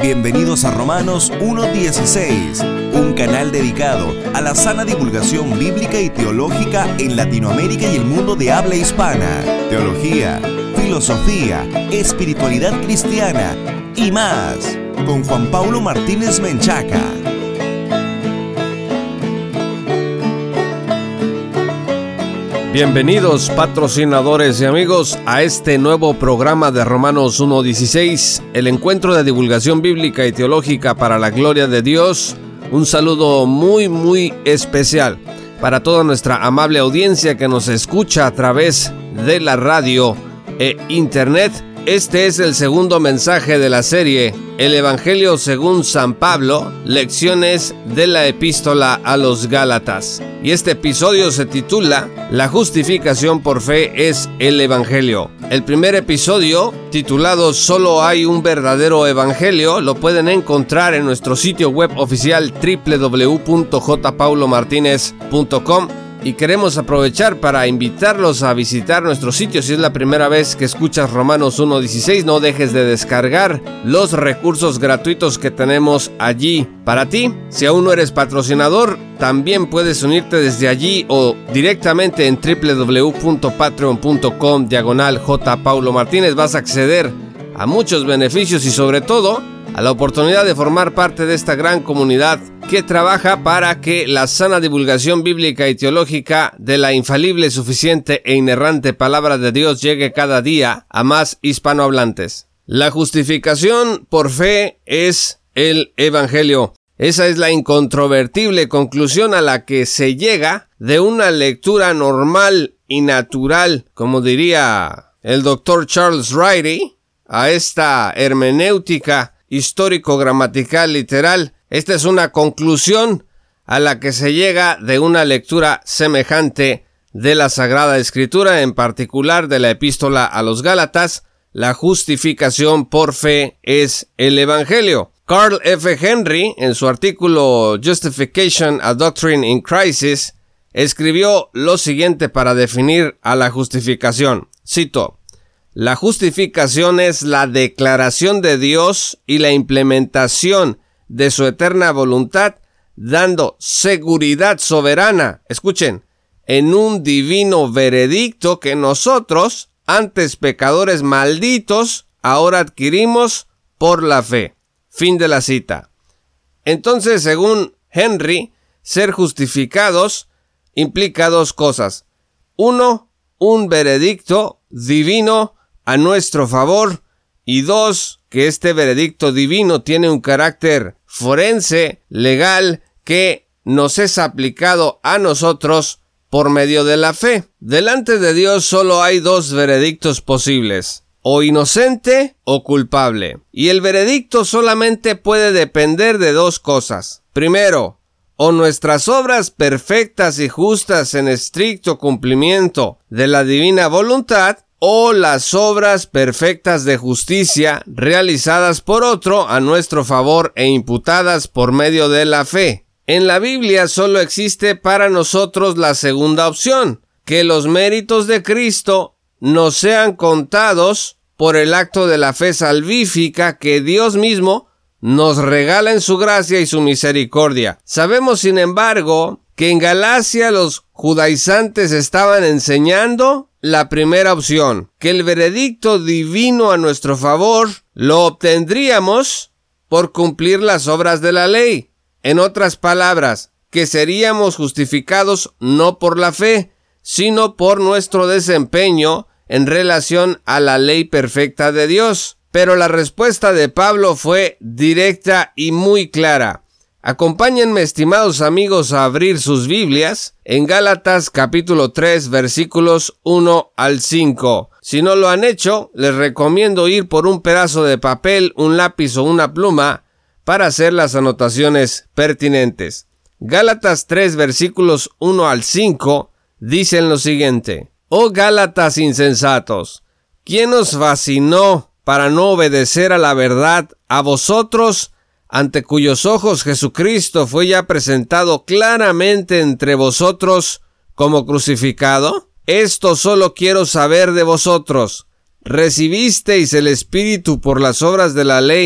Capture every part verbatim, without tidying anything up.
Bienvenidos a Romanos uno dieciséis, un canal dedicado a la sana divulgación bíblica y teológica en Latinoamérica y el mundo de habla hispana. Teología, filosofía, espiritualidad cristiana y más, con Juan Paulo Martínez Menchaca. Bienvenidos, patrocinadores y amigos, a este nuevo programa de Romanos uno dieciséis, el encuentro de divulgación bíblica y teológica para la gloria de Dios. Un saludo muy, muy especial para toda nuestra amable audiencia que nos escucha a través de la radio e internet. Este es el segundo mensaje de la serie El Evangelio según San Pablo, lecciones de la epístola a los Gálatas. Y este episodio se titula La justificación por fe es el Evangelio. El primer episodio, titulado Solo hay un verdadero Evangelio, lo pueden encontrar en nuestro sitio web oficial doble u doble u doble u punto j paulo martínez punto com. Y queremos aprovechar para invitarlos a visitar nuestro sitio. Si es la primera vez que escuchas Romanos uno dieciséis, no dejes de descargar los recursos gratuitos que tenemos allí para ti. Si aún no eres patrocinador, también puedes unirte desde allí o directamente en doble u doble u doble u punto patreon punto com diagonal J Paulo Martínez. Vas a acceder a muchos beneficios y sobre todo a la oportunidad de formar parte de esta gran comunidad que trabaja para que la sana divulgación bíblica y teológica de la infalible, suficiente e inerrante palabra de Dios llegue cada día a más hispanohablantes. La justificación por fe es el Evangelio. Esa es la incontrovertible conclusión a la que se llega de una lectura normal y natural, como diría el doctor Charles Riley, a esta hermenéutica histórico-gramatical literal. Esta es una conclusión a la que se llega de una lectura semejante de la Sagrada Escritura, en particular de la epístola a los Gálatas. La justificación por fe es el Evangelio. Carl F. Henry, en su artículo Justification, a Doctrine in Crisis, escribió lo siguiente para definir a la justificación. Cito: La justificación es la declaración de Dios y la implementación de su eterna voluntad, dando seguridad soberana, escuchen, en un divino veredicto que nosotros, antes pecadores malditos, ahora adquirimos por la fe. Fin de la cita. Entonces, según Henry, ser justificados implica dos cosas. Uno, un veredicto divino a nuestro favor, y dos, que este veredicto divino tiene un carácter forense, legal, que nos es aplicado a nosotros por medio de la fe. Delante de Dios solo hay dos veredictos posibles: o inocente o culpable. Y el veredicto solamente puede depender de dos cosas. Primero, o nuestras obras perfectas y justas en estricto cumplimiento de la divina voluntad, o las obras perfectas de justicia realizadas por otro a nuestro favor e imputadas por medio de la fe. En la Biblia solo existe para nosotros la segunda opción: que los méritos de Cristo nos sean contados por el acto de la fe salvífica que Dios mismo nos regala en su gracia y su misericordia. Sabemos, sin embargo, que en Galacia los judaizantes estaban enseñando la primera opción, que el veredicto divino a nuestro favor lo obtendríamos por cumplir las obras de la ley. En otras palabras, que seríamos justificados no por la fe, sino por nuestro desempeño en relación a la ley perfecta de Dios. Pero la respuesta de Pablo fue directa y muy clara. Acompáñenme, estimados amigos, a abrir sus Biblias en Gálatas capítulo tres, versículos uno al cinco. Si no lo han hecho, les recomiendo ir por un pedazo de papel, un lápiz o una pluma para hacer las anotaciones pertinentes. Gálatas tres, versículos uno al cinco, dicen lo siguiente: Oh Gálatas insensatos, ¿quién os fascinó para no obedecer a la verdad, a vosotros, ante cuyos ojos Jesucristo fue ya presentado claramente entre vosotros como crucificado? Esto solo quiero saber de vosotros. ¿Recibisteis el Espíritu por las obras de la ley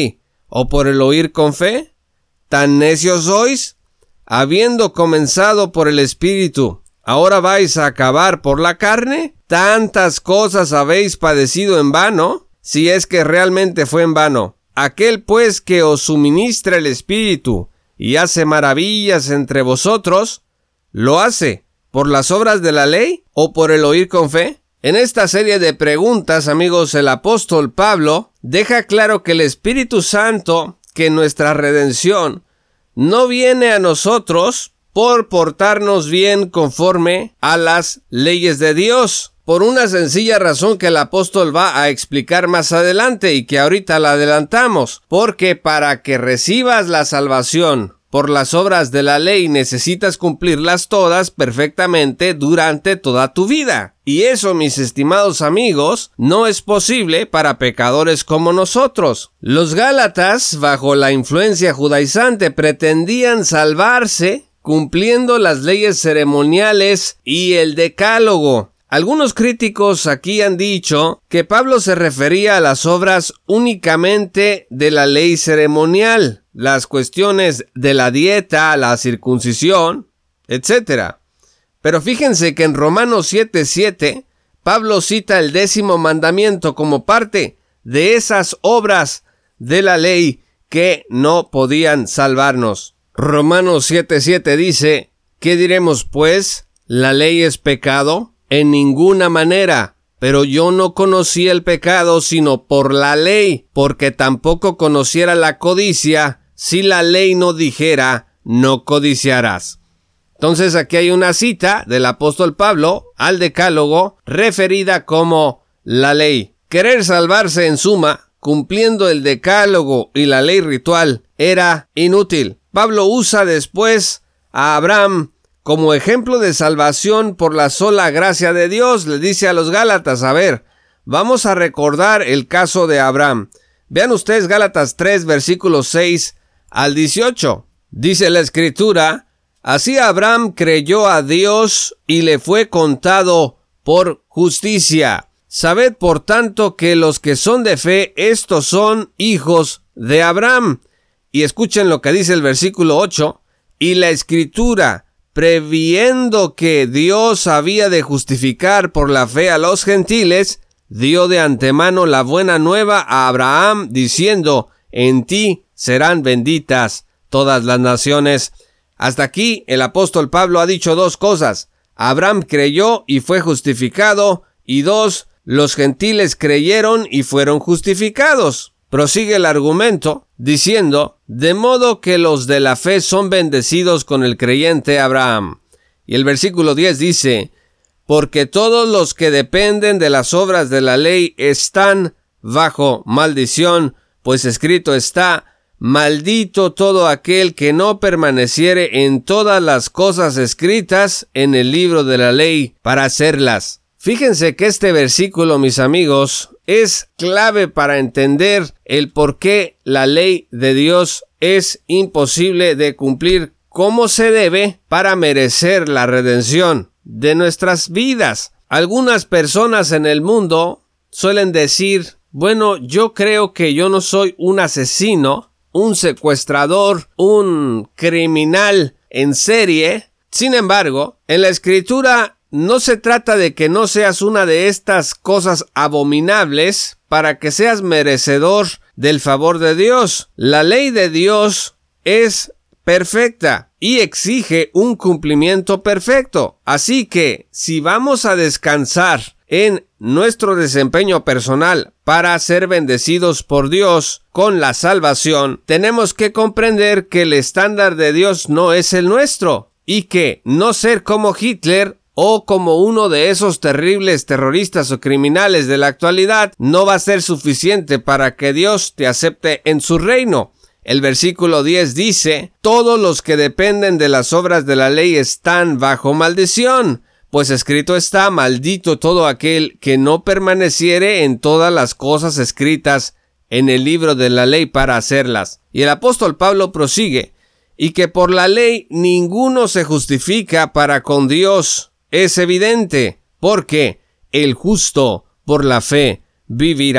¿O por el oír con fe? ¿Tan necios sois? Habiendo comenzado por el Espíritu, ¿ahora vais a acabar por la carne? ¿Tantas cosas habéis padecido en vano? Si es que realmente fue en vano. Aquel pues que os suministra el Espíritu y hace maravillas entre vosotros, ¿lo hace por las obras de la ley o por el oír con fe? En esta serie de preguntas, amigos, el apóstol Pablo deja claro que el Espíritu Santo, que nuestra redención, no viene a nosotros por portarnos bien conforme a las leyes de Dios, por una sencilla razón que el apóstol va a explicar más adelante y que ahorita la adelantamos, porque para que recibas la salvación por las obras de la ley necesitas cumplirlas todas perfectamente durante toda tu vida. Y eso, mis estimados amigos, no es posible para pecadores como nosotros. Los Gálatas, bajo la influencia judaizante, pretendían salvarse cumpliendo las leyes ceremoniales y el decálogo. Algunos críticos aquí han dicho que Pablo se refería a las obras únicamente de la ley ceremonial, las cuestiones de la dieta, la circuncisión, etcétera. Pero fíjense que en Romanos siete siete, Pablo cita el décimo mandamiento como parte de esas obras de la ley que no podían salvarnos. Romanos siete siete dice, ¿qué diremos pues? ¿La ley es pecado? En ninguna manera, pero yo no conocí el pecado sino por la ley, porque tampoco conociera la codicia si la ley no dijera, no codiciarás. Entonces aquí hay una cita del apóstol Pablo al decálogo referida como la ley. Querer salvarse en suma, cumpliendo el decálogo y la ley ritual, era inútil. Pablo usa después a Abraham como ejemplo de salvación por la sola gracia de Dios. Le dice a los Gálatas, a ver, vamos a recordar el caso de Abraham. Vean ustedes Gálatas tres, versículos seis al dieciocho. Dice la Escritura, así Abraham creyó a Dios y le fue contado por justicia. Sabed por tanto que los que son de fe, estos son hijos de Abraham. Y escuchen lo que dice el versículo ocho, y la Escritura, previendo que Dios había de justificar por la fe a los gentiles, dio de antemano la buena nueva a Abraham, diciendo, en ti serán benditas todas las naciones. Hasta aquí el apóstol Pablo ha dicho dos cosas. Abraham creyó y fue justificado, y dos, los gentiles creyeron y fueron justificados. Prosigue el argumento diciendo, de modo que los de la fe son bendecidos con el creyente Abraham. Y el versículo diez dice, porque todos los que dependen de las obras de la ley están bajo maldición, pues escrito está, maldito todo aquel que no permaneciere en todas las cosas escritas en el libro de la ley para hacerlas. Fíjense que este versículo, mis amigos, es clave para entender el por qué la ley de Dios es imposible de cumplir como se debe para merecer la redención de nuestras vidas. Algunas personas en el mundo suelen decir, bueno, yo creo que yo no soy un asesino, un secuestrador, un criminal en serie. Sin embargo, en la Escritura no se trata de que no seas una de estas cosas abominables para que seas merecedor del favor de Dios. La ley de Dios es perfecta y exige un cumplimiento perfecto. Así que, si vamos a descansar en nuestro desempeño personal para ser bendecidos por Dios con la salvación, tenemos que comprender que el estándar de Dios no es el nuestro y que no ser como Hitler o como uno de esos terribles terroristas o criminales de la actualidad no va a ser suficiente para que Dios te acepte en su reino. El versículo diez dice, todos los que dependen de las obras de la ley están bajo maldición, pues escrito está, maldito todo aquel que no permaneciere en todas las cosas escritas en el libro de la ley para hacerlas. Y el apóstol Pablo prosigue, y que por la ley ninguno se justifica para con Dios. Es evidente, porque el justo por la fe vivirá.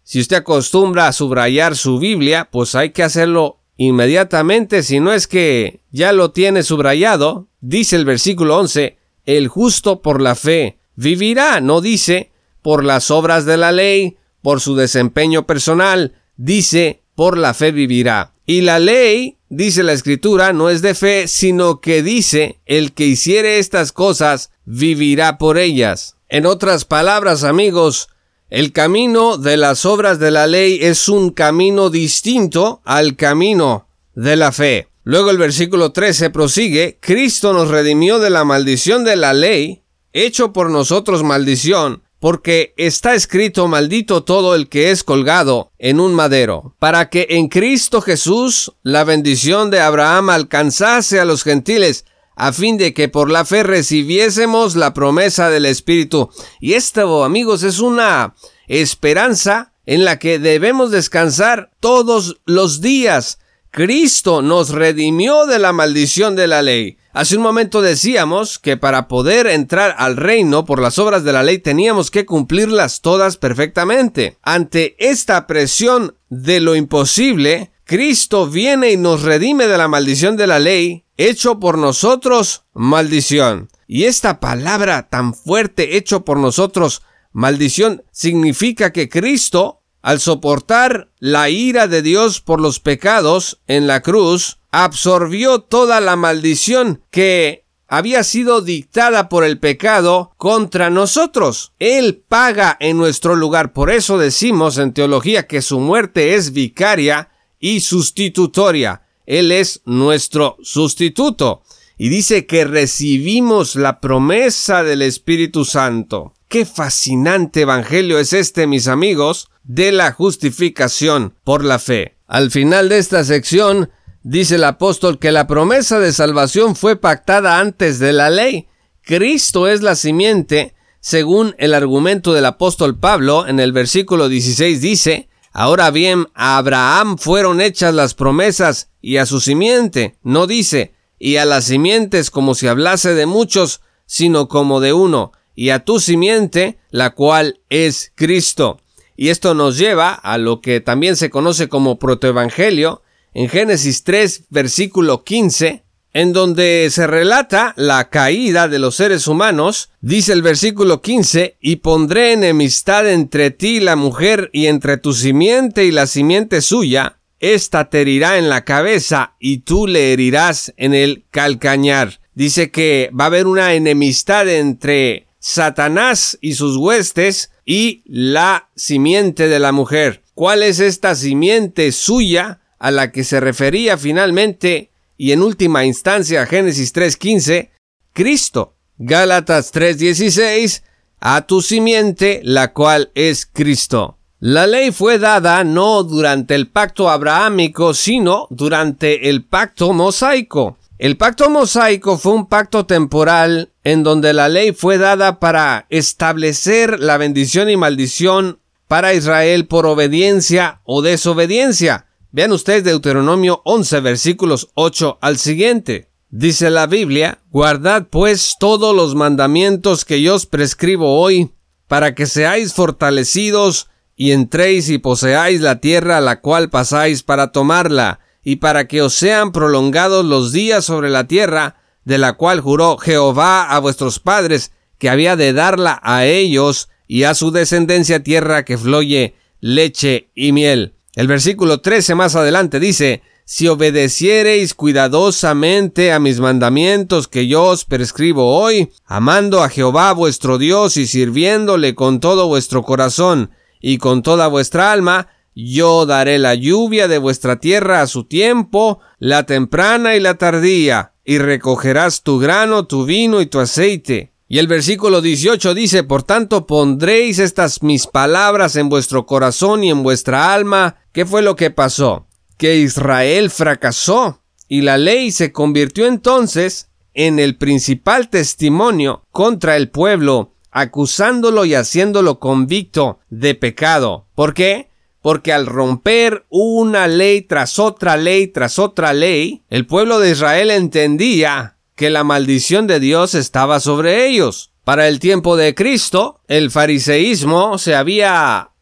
Si usted acostumbra a subrayar su Biblia, pues hay que hacerlo inmediatamente, si no es que ya lo tiene subrayado. Dice el versículo once, el justo por la fe vivirá, no dice por las obras de la ley, por su desempeño personal, dice por la fe vivirá. Y la ley, dice la Escritura, no es de fe, sino que dice, el que hiciere estas cosas, vivirá por ellas. En otras palabras, amigos, el camino de las obras de la ley es un camino distinto al camino de la fe. Luego el versículo trece prosigue, Cristo nos redimió de la maldición de la ley, hecho por nosotros maldición, porque está escrito, maldito todo el que es colgado en un madero, para que en Cristo Jesús la bendición de Abraham alcanzase a los gentiles, a fin de que por la fe recibiésemos la promesa del Espíritu. Y esto, amigos, es una esperanza en la que debemos descansar todos los días. Cristo nos redimió de la maldición de la ley. Hace un momento decíamos que para poder entrar al reino por las obras de la ley teníamos que cumplirlas todas perfectamente. Ante esta presión de lo imposible, Cristo viene y nos redime de la maldición de la ley, hecho por nosotros maldición. Y esta palabra tan fuerte, hecho por nosotros maldición, significa que Cristo, al soportar la ira de Dios por los pecados en la cruz, absorbió toda la maldición que había sido dictada por el pecado contra nosotros. Él paga en nuestro lugar. Por eso decimos en teología que su muerte es vicaria y sustitutoria. Él es nuestro sustituto. Y dice que recibimos la promesa del Espíritu Santo. Qué fascinante evangelio es este, mis amigos, de la justificación por la fe. Al final de esta sección, dice el apóstol que la promesa de salvación fue pactada antes de la ley. Cristo es la simiente, según el argumento del apóstol Pablo. En el versículo dieciséis dice, ahora bien, a Abraham fueron hechas las promesas y a su simiente. No dice, y a las simientes como si hablase de muchos, sino como de uno, y a tu simiente, la cual es Cristo. Y esto nos lleva a lo que también se conoce como protoevangelio, en Génesis tres, versículo quince, en donde se relata la caída de los seres humanos. Dice el versículo quince, y pondré enemistad entre ti y la mujer, y entre tu simiente y la simiente suya, ésta te herirá en la cabeza, y tú le herirás en el calcañar. Dice que va a haber una enemistad entre Satanás y sus huestes y la simiente de la mujer. ¿Cuál es esta simiente suya a la que se refería finalmente y en última instancia Génesis tres quince? Cristo. Gálatas tres dieciséis, a tu simiente, la cual es Cristo. La ley fue dada no durante el pacto abrahámico, sino durante el pacto mosaico. El pacto mosaico fue un pacto temporal en donde la ley fue dada para establecer la bendición y maldición para Israel por obediencia o desobediencia. Vean ustedes Deuteronomio once, versículos ocho al siguiente. Dice la Biblia, guardad pues todos los mandamientos que yo os prescribo hoy, para que seáis fortalecidos y entréis y poseáis la tierra a la cual pasáis para tomarla, y para que os sean prolongados los días sobre la tierra, de la cual juró Jehová a vuestros padres, que había de darla a ellos y a su descendencia, tierra que fluye leche y miel. El versículo trece más adelante dice, si obedeciereis cuidadosamente a mis mandamientos que yo os prescribo hoy, amando a Jehová vuestro Dios y sirviéndole con todo vuestro corazón y con toda vuestra alma, yo daré la lluvia de vuestra tierra a su tiempo, la temprana y la tardía, y recogerás tu grano, tu vino y tu aceite. Y el versículo dieciocho dice, por tanto pondréis estas mis palabras en vuestro corazón y en vuestra alma. ¿Qué fue lo que pasó? Que Israel fracasó, y la ley se convirtió entonces en el principal testimonio contra el pueblo, acusándolo y haciéndolo convicto de pecado. ¿Por qué? Porque al romper una ley tras otra ley tras otra ley, el pueblo de Israel entendía que la maldición de Dios estaba sobre ellos. Para el tiempo de Cristo, el fariseísmo se había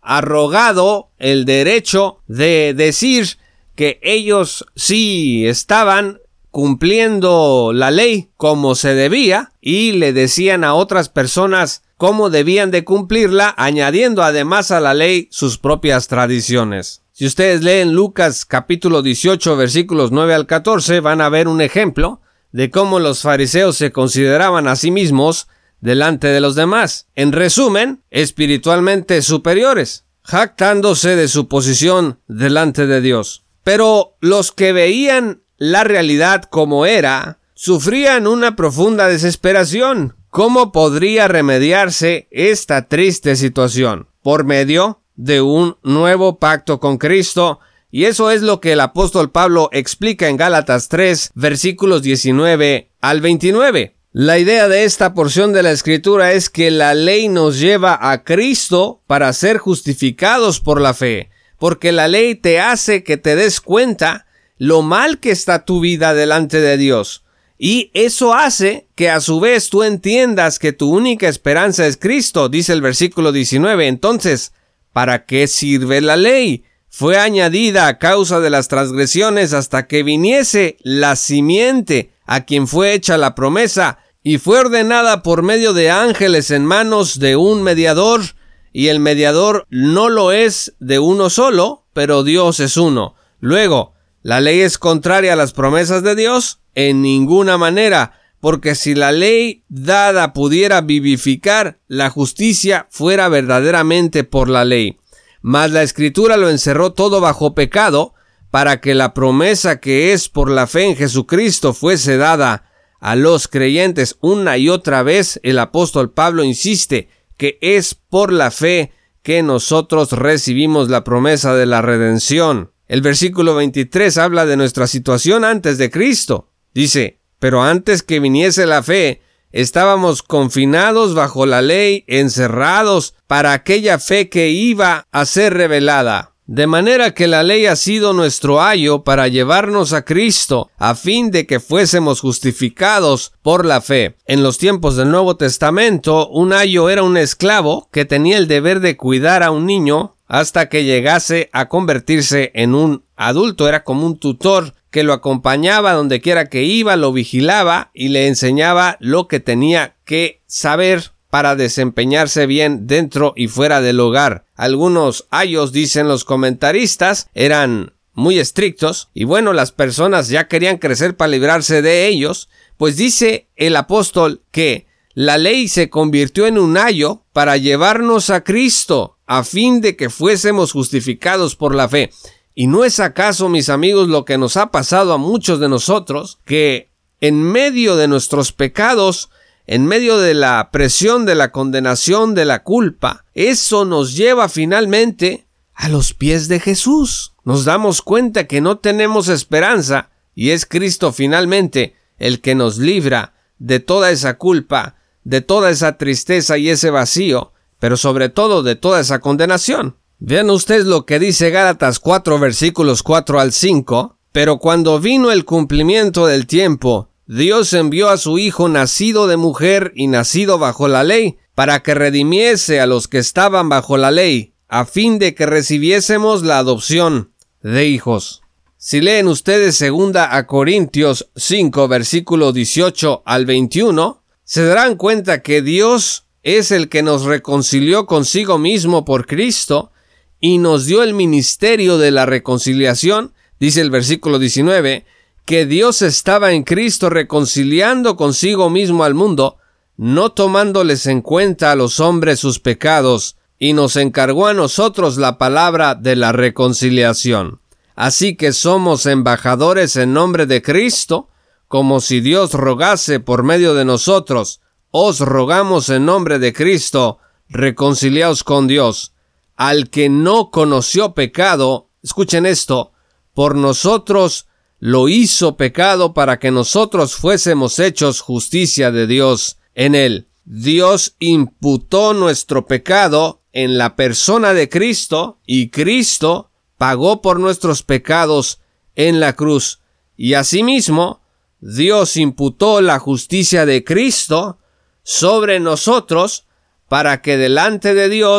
arrogado el derecho de decir que ellos sí estaban cumpliendo la ley como se debía y le decían a otras personas cómo debían de cumplirla, añadiendo además a la ley sus propias tradiciones. Si ustedes leen Lucas capítulo dieciocho versículos nueve al catorce, van a ver un ejemplo de cómo los fariseos se consideraban a sí mismos delante de los demás. En resumen, espiritualmente superiores, jactándose de su posición delante de Dios. Pero los que veían la realidad como era, sufrían una profunda desesperación. ¿Cómo podría remediarse esta triste situación? Por medio de un nuevo pacto con Cristo, y eso es lo que el apóstol Pablo explica en Gálatas tres, versículos diecinueve al veintinueve. La idea de esta porción de la Escritura es que la ley nos lleva a Cristo para ser justificados por la fe, porque la ley te hace que te des cuenta lo mal que está tu vida delante de Dios. Y eso hace que a su vez tú entiendas que tu única esperanza es Cristo, dice el versículo diecinueve. Entonces, ¿para qué sirve la ley? Fue añadida a causa de las transgresiones hasta que viniese la simiente a quien fue hecha la promesa, y fue ordenada por medio de ángeles en manos de un mediador, y el mediador no lo es de uno solo, pero Dios es uno. Luego, ¿la ley es contraria a las promesas de Dios? En ninguna manera, porque si la ley dada pudiera vivificar, la justicia fuera verdaderamente por la ley. Mas la Escritura lo encerró todo bajo pecado, para que la promesa que es por la fe en Jesucristo fuese dada a los creyentes. Una y otra vez el apóstol Pablo insiste que es por la fe que nosotros recibimos la promesa de la redención. El versículo veintitrés habla de nuestra situación antes de Cristo. Dice, pero antes que viniese la fe, estábamos confinados bajo la ley, encerrados para aquella fe que iba a ser revelada. De manera que la ley ha sido nuestro ayo para llevarnos a Cristo, a fin de que fuésemos justificados por la fe. En los tiempos del Nuevo Testamento, un ayo era un esclavo que tenía el deber de cuidar a un niño hasta que llegase a convertirse en un adulto. Era como un tutor que lo acompañaba donde quiera que iba, lo vigilaba y le enseñaba lo que tenía que saber para desempeñarse bien dentro y fuera del hogar. Algunos ayos, dicen los comentaristas, eran muy estrictos y bueno, las personas ya querían crecer para librarse de ellos, pues dice el apóstol que la ley se convirtió en un ayo para llevarnos a Cristo, a fin de que fuésemos justificados por la fe. ¿Y no es acaso, mis amigos, lo que nos ha pasado a muchos de nosotros, que en medio de nuestros pecados, en medio de la presión de la condenación, de la culpa, eso nos lleva finalmente a los pies de Jesús? Nos damos cuenta que no tenemos esperanza y es Cristo finalmente el que nos libra de toda esa culpa, de toda esa tristeza y ese vacío, pero sobre todo de toda esa condenación. Vean ustedes lo que dice Gálatas cuatro versículos cuatro al cinco. Pero cuando vino el cumplimiento del tiempo, Dios envió a su Hijo nacido de mujer y nacido bajo la ley, para que redimiese a los que estaban bajo la ley, a fin de que recibiésemos la adopción de hijos. Si leen ustedes segunda a Corintios cinco, versículo dieciocho al veintiuno, se darán cuenta que Dios es el que nos reconcilió consigo mismo por Cristo y nos dio el ministerio de la reconciliación. Dice el versículo diecinueve, que Dios estaba en Cristo reconciliando consigo mismo al mundo, no tomándoles en cuenta a los hombres sus pecados, y nos encargó a nosotros la palabra de la reconciliación. Así que somos embajadores en nombre de Cristo, como si Dios rogase por medio de nosotros. Os rogamos en nombre de Cristo, reconciliaos con Dios. Al que no conoció pecado, escuchen esto, por nosotros lo hizo pecado para que nosotros fuésemos hechos justicia de Dios en él. Dios imputó nuestro pecado en la persona de Cristo y Cristo pagó por nuestros pecados en la cruz. Y asimismo, Dios imputó la justicia de Cristo sobre nosotros para que delante de Dios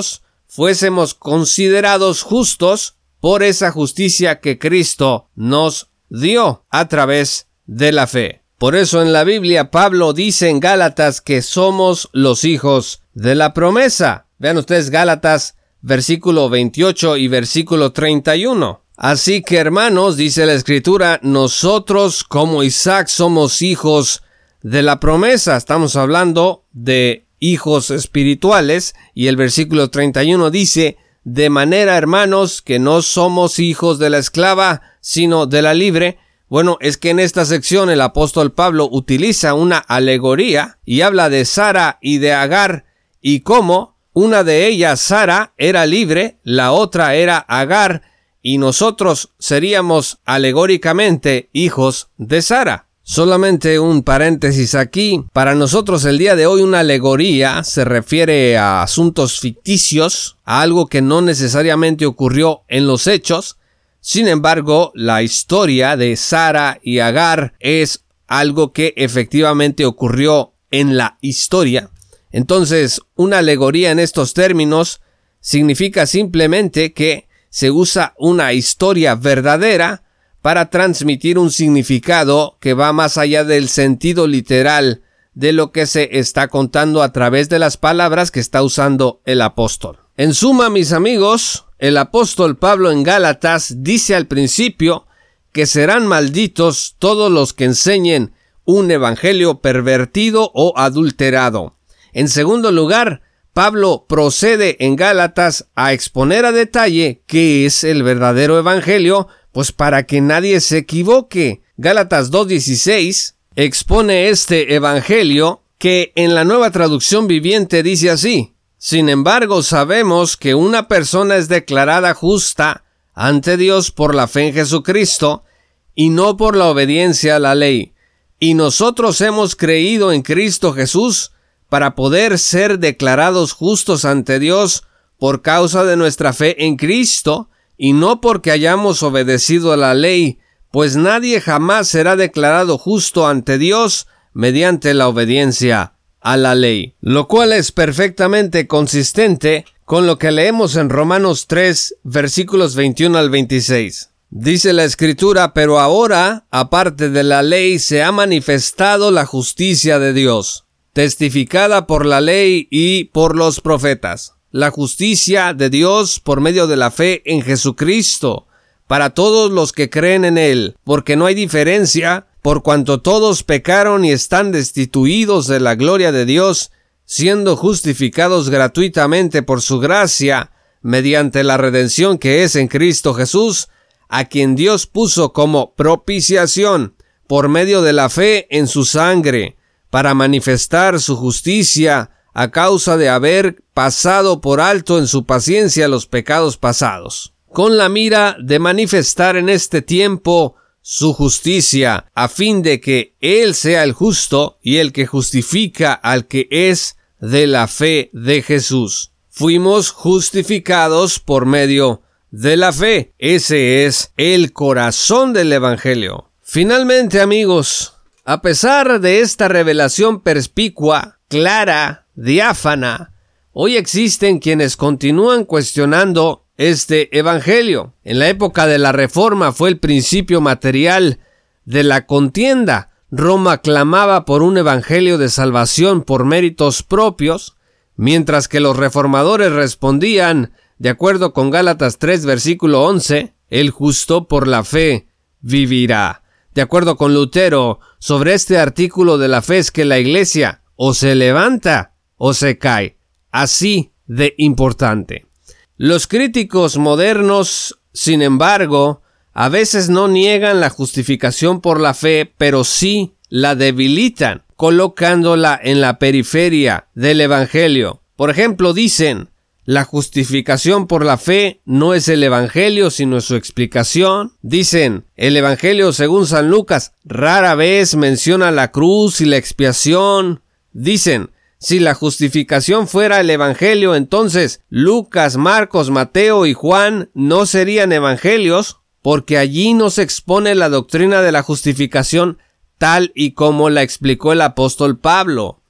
fuésemos considerados justos por esa justicia que Cristo nos dio a través de la fe. Por eso en la Biblia Pablo dice en Gálatas que somos los hijos de la promesa. Vean ustedes Gálatas versículo veintiocho y versículo treinta y uno. Así que, hermanos, dice la Escritura, nosotros como Isaac somos hijos de la promesa. Estamos hablando de hijos espirituales, y el versículo treinta y uno dice, de manera, hermanos, que no somos hijos de la esclava, sino de la libre. Bueno, es que en esta sección el apóstol Pablo utiliza una alegoría y habla de Sara y de Agar, y cómo una de ellas, Sara, era libre, la otra era Agar, y nosotros seríamos alegóricamente hijos de Sara. Solamente un paréntesis aquí. Para nosotros el día de hoy una alegoría se refiere a asuntos ficticios, a algo que no necesariamente ocurrió en los hechos. Sin embargo, la historia de Sara y Agar es algo que efectivamente ocurrió en la historia. Entonces, una alegoría en estos términos significa simplemente que se usa una historia verdadera para transmitir un significado que va más allá del sentido literal de lo que se está contando a través de las palabras que está usando el apóstol. En suma, mis amigos, el apóstol Pablo en Gálatas dice al principio que serán malditos todos los que enseñen un evangelio pervertido o adulterado. En segundo lugar, Pablo procede en Gálatas a exponer a detalle qué es el verdadero evangelio, pues para que nadie se equivoque. Gálatas dos dieciséis expone este evangelio que en la Nueva Traducción Viviente dice así: sin embargo, sabemos que una persona es declarada justa ante Dios por la fe en Jesucristo y no por la obediencia a la ley. Y nosotros hemos creído en Cristo Jesús para poder ser declarados justos ante Dios por causa de nuestra fe en Cristo y no porque hayamos obedecido a la ley, pues nadie jamás será declarado justo ante Dios mediante la obediencia a la ley, lo cual es perfectamente consistente con lo que leemos en Romanos tres, versículos veintiuno al veintiséis. Dice la Escritura, pero ahora, aparte de la ley, se ha manifestado la justicia de Dios, testificada por la ley y por los profetas. La justicia de Dios por medio de la fe en Jesucristo, para todos los que creen en Él, porque no hay diferencia, por cuanto todos pecaron y están destituidos de la gloria de Dios, siendo justificados gratuitamente por su gracia, mediante la redención que es en Cristo Jesús, a quien Dios puso como propiciación por medio de la fe en su sangre, para manifestar su justicia a causa de haber pasado por alto en su paciencia los pecados pasados, con la mira de manifestar en este tiempo su justicia, a fin de que Él sea el justo y el que justifica al que es de la fe de Jesús. Fuimos justificados por medio de la fe. Ese es el corazón del Evangelio. Finalmente, amigos, a pesar de esta revelación perspicua, clara, diáfana, hoy existen quienes continúan cuestionando este evangelio. En la época de la Reforma fue el principio material de la contienda. Roma clamaba por un evangelio de salvación por méritos propios, mientras que los reformadores respondían, de acuerdo con Gálatas tres, versículo once, el justo por la fe vivirá. De acuerdo con Lutero, sobre este artículo de la fe es que la iglesia o se levanta o se cae. Así de importante. Los críticos modernos, sin embargo, a veces no niegan la justificación por la fe, pero sí la debilitan, colocándola en la periferia del evangelio. Por ejemplo, dicen, la justificación por la fe no es el evangelio, sino su explicación. Dicen, el evangelio según San Lucas rara vez menciona la cruz y la expiación. Dicen, si la justificación fuera el evangelio, entonces Lucas, Marcos, Mateo y Juan no serían evangelios, porque allí no se expone la doctrina de la justificación tal y como la explicó el apóstol Pablo.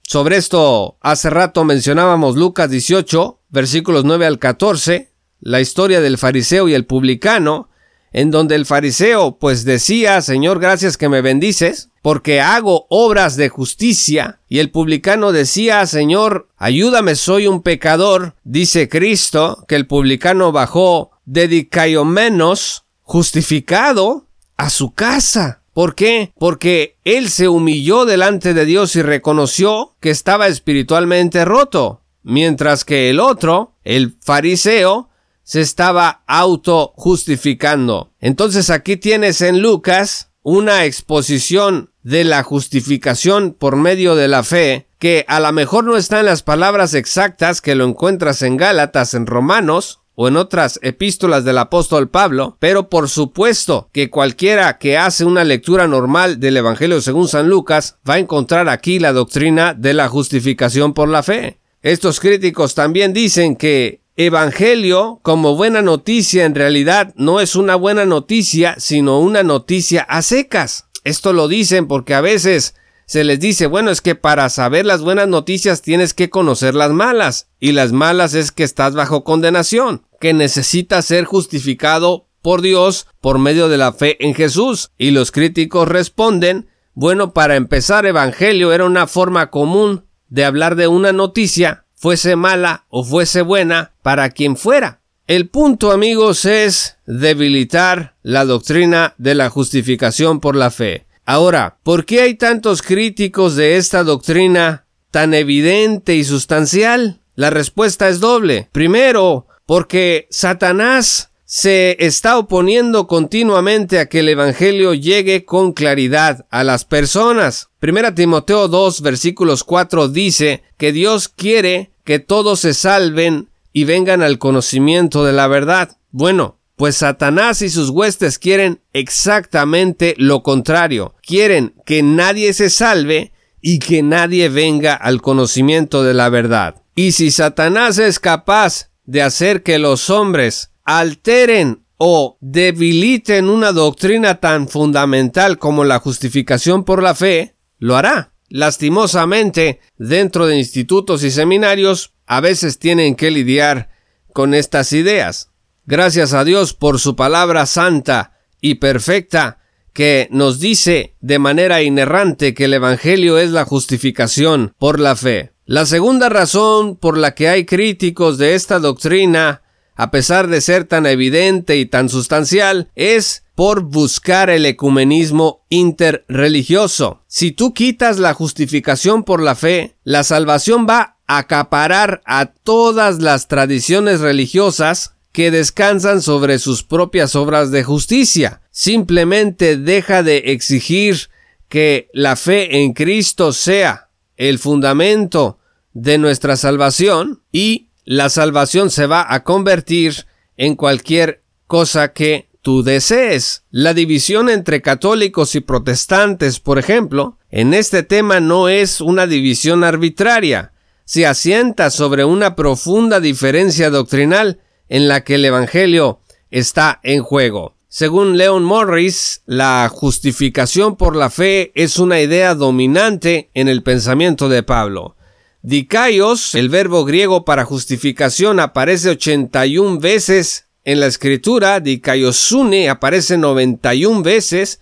Sobre esto, hace rato mencionábamos Lucas dieciocho, versículos nueve al catorce, la historia del fariseo y el publicano, en donde el fariseo pues decía: Señor, gracias que me bendices, porque hago obras de justicia. Y el publicano decía: Señor, ayúdame, soy un pecador. Dice Cristo que el publicano bajó de Dicaiómenos justificado a su casa. ¿Por qué? Porque él se humilló delante de Dios y reconoció que estaba espiritualmente roto, mientras que el otro, el fariseo, se estaba auto-justificando. Entonces aquí tienes en Lucas una exposición de la justificación por medio de la fe, que a lo mejor no está en las palabras exactas que lo encuentras en Gálatas, en Romanos o en otras epístolas del apóstol Pablo, pero por supuesto que cualquiera que hace una lectura normal del Evangelio según San Lucas va a encontrar aquí la doctrina de la justificación por la fe. Estos críticos también dicen que Evangelio como buena noticia en realidad no es una buena noticia, sino una noticia a secas. Esto lo dicen porque a veces se les dice: bueno, es que para saber las buenas noticias tienes que conocer las malas, y las malas es que estás bajo condenación, que necesitas ser justificado por Dios por medio de la fe en Jesús. Y los críticos responden: bueno, para empezar, Evangelio era una forma común de hablar de una noticia, fuese mala o fuese buena, para quien fuera. El punto, amigos, es debilitar la doctrina de la justificación por la fe. Ahora, ¿por qué hay tantos críticos de esta doctrina tan evidente y sustancial? La respuesta es doble. Primero, porque Satanás se está oponiendo continuamente a que el Evangelio llegue con claridad a las personas. Primera Timoteo dos, versículos cuatro dice que Dios quiere que todos se salven y vengan al conocimiento de la verdad. Bueno, pues Satanás y sus huestes quieren exactamente lo contrario. Quieren que nadie se salve y que nadie venga al conocimiento de la verdad. Y si Satanás es capaz de hacer que los hombres alteren o debiliten una doctrina tan fundamental como la justificación por la fe, lo hará. Lastimosamente, dentro de institutos y seminarios, a veces tienen que lidiar con estas ideas. Gracias a Dios por su palabra santa y perfecta, que nos dice de manera inerrante que el Evangelio es la justificación por la fe. La segunda razón por la que hay críticos de esta doctrina, a pesar de ser tan evidente y tan sustancial, es por buscar el ecumenismo interreligioso. Si tú quitas la justificación por la fe, la salvación va a acaparar a todas las tradiciones religiosas que descansan sobre sus propias obras de justicia. Simplemente deja de exigir que la fe en Cristo sea el fundamento de nuestra salvación, y la salvación se va a convertir en cualquier cosa que tú desees. La división entre católicos y protestantes, por ejemplo, en este tema no es una división arbitraria. Se asienta sobre una profunda diferencia doctrinal en la que el Evangelio está en juego. Según Leon Morris, la justificación por la fe es una idea dominante en el pensamiento de Pablo. Dikaios, el verbo griego para justificación, aparece ochenta y una veces en la escritura. Dikaiosune aparece noventa y una veces.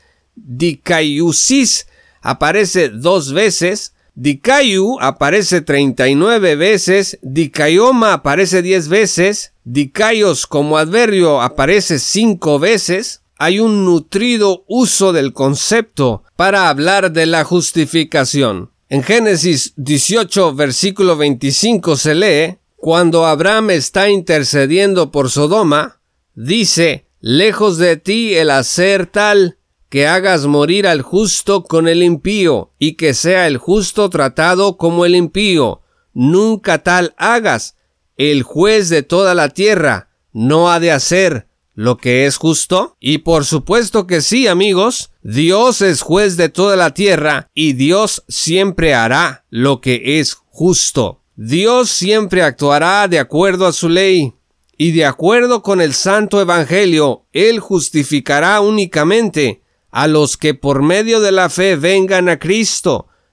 Dikaiousis aparece dos veces. Dikaiou aparece treinta y nueve veces. Dikaioma aparece diez veces. Dikaios como adverbio aparece cinco veces. Hay un nutrido uso del concepto para hablar de la justificación. En Génesis dieciocho, versículo veinticinco se lee: cuando Abraham está intercediendo por Sodoma, dice: lejos de ti el hacer tal que hagas morir al justo con el impío, y que sea el justo tratado como el impío. Nunca tal hagas. El juez de toda la tierra no ha de hacer lo que es justo. Y por supuesto que sí, amigos, Dios es juez de toda la tierra, y Dios siempre hará lo que es justo. Dios siempre actuará de acuerdo a su ley, y de acuerdo con el santo evangelio, Él justificará únicamente a los que por medio de la fe vengan a Cristo,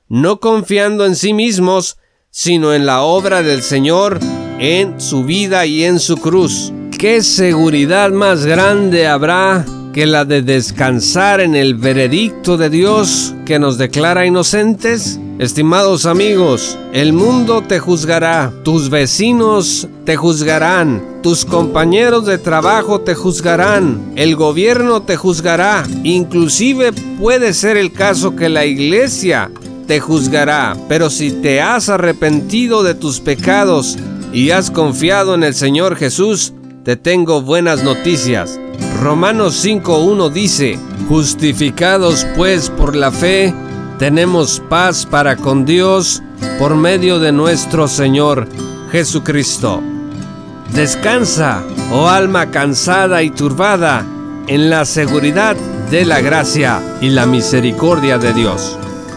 no confiando en sí mismos, sino en la obra del Señor, en su vida y en su cruz. ¿Qué seguridad más grande habrá que la de descansar en el veredicto de Dios que nos declara inocentes? Estimados amigos, el mundo te juzgará, tus vecinos te juzgarán, tus compañeros de trabajo te juzgarán, el gobierno te juzgará, inclusive puede ser el caso que la iglesia te juzgará, pero si te has arrepentido de tus pecados y has confiado en el Señor Jesús, te tengo buenas noticias. Romanos cinco uno dice: justificados pues por la fe, tenemos paz para con Dios por medio de nuestro Señor Jesucristo. Descansa, oh alma cansada y turbada, en la seguridad de la gracia y la misericordia de Dios.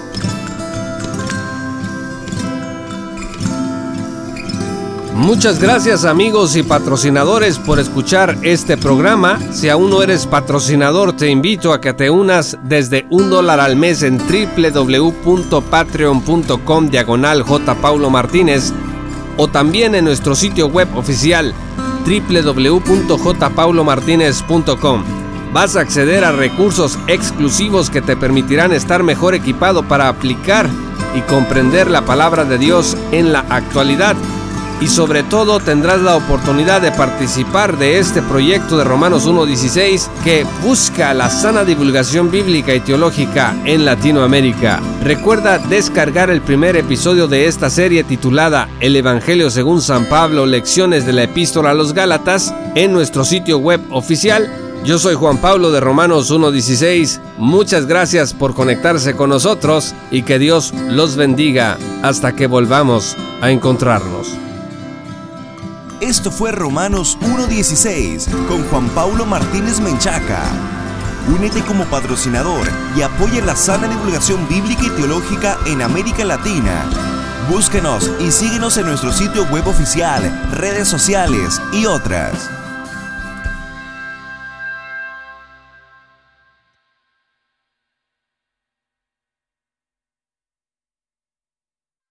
Muchas gracias amigos y patrocinadores por escuchar este programa. Si aún no eres patrocinador, te invito a que te unas desde un dólar al mes en doble u doble u doble u punto patreon punto com diagonal J. Paulo Martínez o también en nuestro sitio web oficial doble u doble u doble u punto j paulo martínez punto com. Vas a acceder a recursos exclusivos que te permitirán estar mejor equipado para aplicar y comprender la palabra de Dios en la actualidad. Y sobre todo tendrás la oportunidad de participar de este proyecto de Romanos uno dieciséis que busca la sana divulgación bíblica y teológica en Latinoamérica. Recuerda descargar el primer episodio de esta serie titulada El Evangelio según San Pablo, lecciones de la Epístola a los Gálatas en nuestro sitio web oficial. Yo soy Juan Pablo de Romanos uno dieciséis. Muchas gracias por conectarse con nosotros y que Dios los bendiga hasta que volvamos a encontrarnos. Esto fue Romanos uno dieciséis con Juan Pablo Martínez Menchaca. Únete como patrocinador y apoya la sana divulgación bíblica y teológica en América Latina. Búsquenos y síguenos en nuestro sitio web oficial, redes sociales y otras.